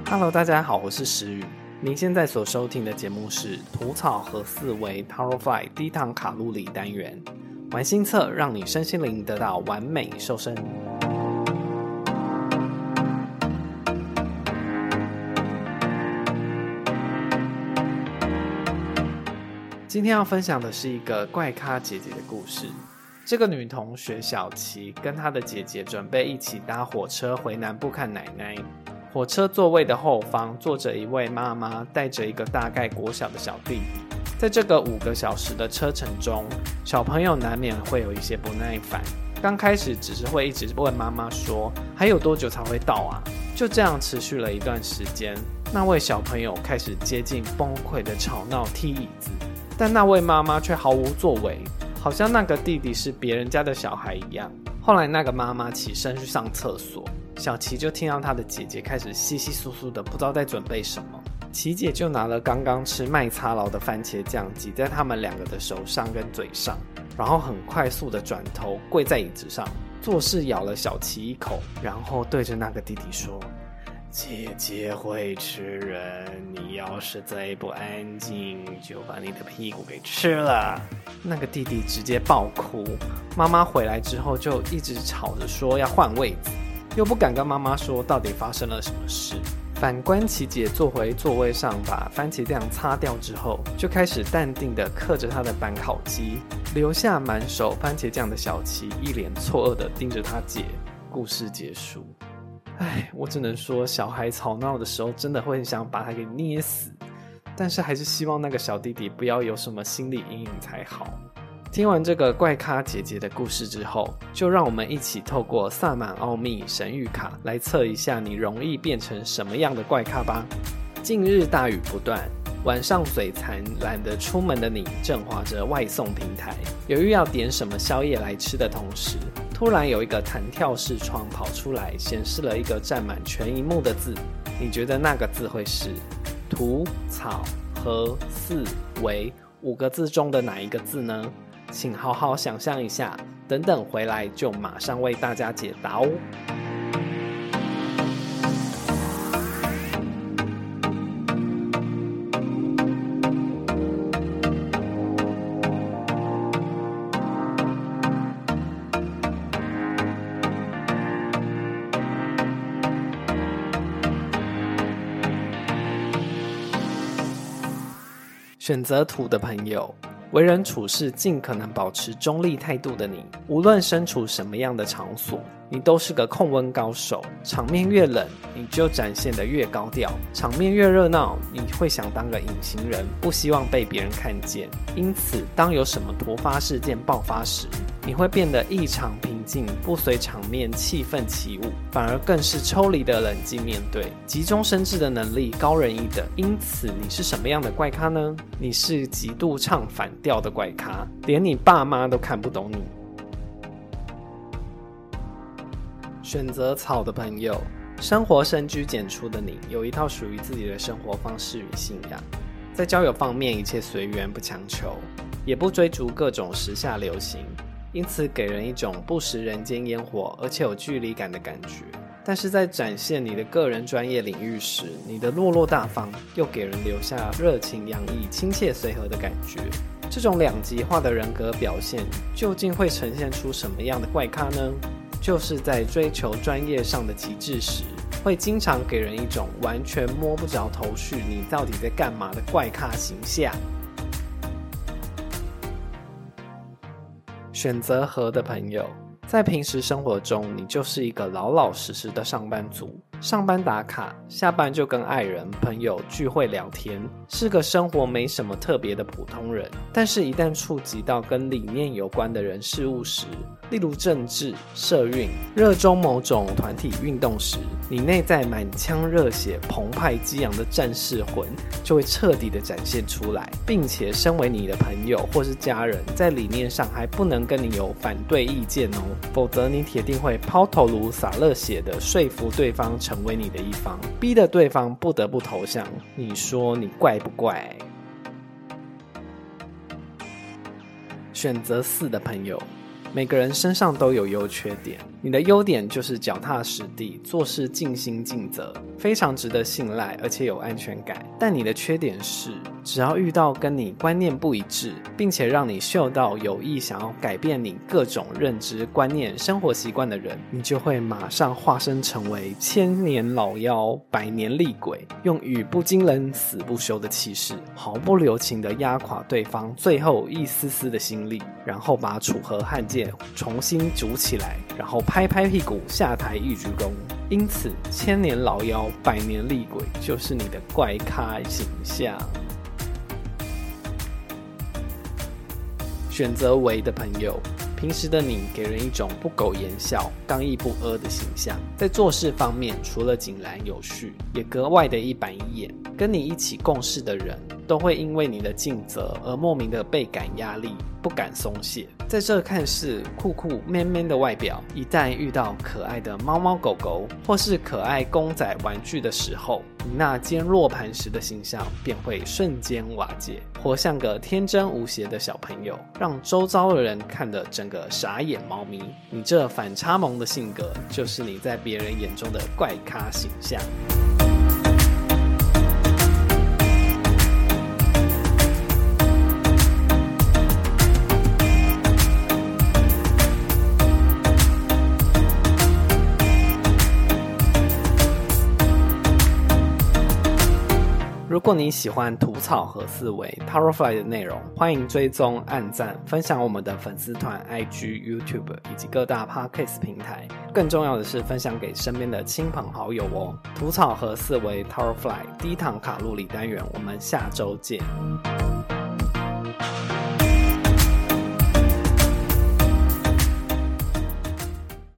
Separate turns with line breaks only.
Hello， 大家好，我是石宇。您现在所收听的节目是吐草和思维 Powerfly 低糖卡路里单元，玩心测让你身心灵得到完美瘦身。今天要分享的是一个怪咖姐姐的故事。这个女同学小琪跟她的姐姐准备一起搭火车回南部看奶奶。火车座位的后方坐着一位妈妈，带着一个大概国小的小弟弟。在这个5个小时的车程中，小朋友难免会有一些不耐烦。刚开始只是会一直问妈妈说还有多久才会到啊？就这样持续了一段时间，那位小朋友开始接近崩溃的吵闹踢椅子，但那位妈妈却毫无作为，好像那个弟弟是别人家的小孩一样。后来那个妈妈起身去上厕所，小琪就听到她的姐姐开始窸窸窣窣的，不知道在准备什么。琪姐就拿了刚刚吃麦擦劳的番茄酱挤在他们2个的手上跟嘴上，然后很快速的转头跪在椅子上，作势咬了小琪一口，然后对着那个弟弟说：姐姐会吃人，你要是再不安静，就把你的屁股给吃了。那个弟弟直接爆哭，妈妈回来之后就一直吵着说要换位子，又不敢跟妈妈说到底发生了什么事。反观琪姐坐回座位上，把番茄酱擦掉之后，就开始淡定地嗑着她的板烤鸡，留下满手番茄酱的小琪一脸错愕地盯着她姐。故事结束。我只能说小孩吵闹的时候真的会很想把他给捏死，但是还是希望那个小弟弟不要有什么心理阴影才好。听完这个怪咖姐姐的故事之后，就让我们一起透过萨满奥秘神谕卡来测一下你容易变成什么样的怪咖吧。近日大雨不断，晚上嘴馋懒得出门的你正滑着外送平台，犹豫要点什么宵夜来吃的同时，突然有一个弹跳视窗跑出来，显示了一个占满全萤幕的字。你觉得那个字会是吐草和思维5个字中的哪一个字呢？请好好想象一下，等等回来就马上为大家解答哦。选择土的朋友，为人处事尽可能保持中立态度的你，无论身处什么样的场所，你都是个控温高手。场面越冷，你就展现得越高调；场面越热闹，你会想当个隐形人，不希望被别人看见。因此，当有什么突发事件爆发时，你会变得异常平静，不随场面气氛起舞，反而更是抽离的冷静面对，急中生智的能力高人一等。因此，你是什么样的怪咖呢？你是极度唱反调的怪咖，连你爸妈都看不懂你。选择草的朋友，生活深居简出的你，有一套属于自己的生活方式与信仰。在交友方面，一切随缘不强求，也不追逐各种时下流行，因此给人一种不食人间烟火而且有距离感的感觉。但是在展现你的个人专业领域时，你的落落大方又给人留下热情洋溢、亲切随和的感觉。这种两极化的人格表现，究竟会呈现出什么样的怪咖呢？就是在追求专业上的极致时，会经常给人一种完全摸不着头绪，你到底在干嘛的怪咖形象。选择合的朋友，在平时生活中，你就是一个老老实实的上班族，上班打卡，下班就跟爱人、朋友聚会聊天，是个生活没什么特别的普通人。但是一旦触及到跟理念有关的人事物时，例如政治、社运，热衷某种团体运动时，你内在满腔热血、澎湃激昂的战士魂就会彻底的展现出来，并且身为你的朋友或是家人，在理念上还不能跟你有反对意见哦，否则你铁定会抛头颅洒热血的说服对方成为你的一方，逼得对方不得不投降。你说你怪不怪？选择4的朋友， 每个人身上都有优缺点，你的优点就是脚踏实地，做事尽心尽责，非常值得信赖，而且有安全感。但你的缺点是，只要遇到跟你观念不一致，并且让你嗅到有意想要改变你各种认知观念、生活习惯的人，你就会马上化身成为千年老妖、百年厉鬼，用语不惊人死不休的气势，毫不留情地压垮对方最后一丝丝的心力，然后把楚河汉界重新筑起来，然后拍拍屁股下台一鞠躬。因此，千年老妖、百年厉鬼就是你的怪咖形象。选择为的朋友，平时的你给人一种不苟言笑、刚毅不阿的形象，在做事方面除了井然有序，也格外的一板一眼。跟你一起共事的人都会因为你的尽责而莫名的倍感压力，不敢松懈。在这看似酷酷 man man 的外表，一旦遇到可爱的猫猫狗狗或是可爱公仔玩具的时候，你那坚若磐石的形象便会瞬间瓦解，活像个天真无邪的小朋友，让周遭的人看得整个傻眼猫咪。你这反差萌的性格，就是你在别人眼中的怪咖形象。如果你喜欢吐草和思维 Towerfly 的内容，欢迎追踪、按赞、分享我们的粉丝团、IG、YouTube 以及各大 Podcast 平台。更重要的是，分享给身边的亲朋好友哦。吐草和思维 Towerfly 低糖卡路里单元，我们下周见。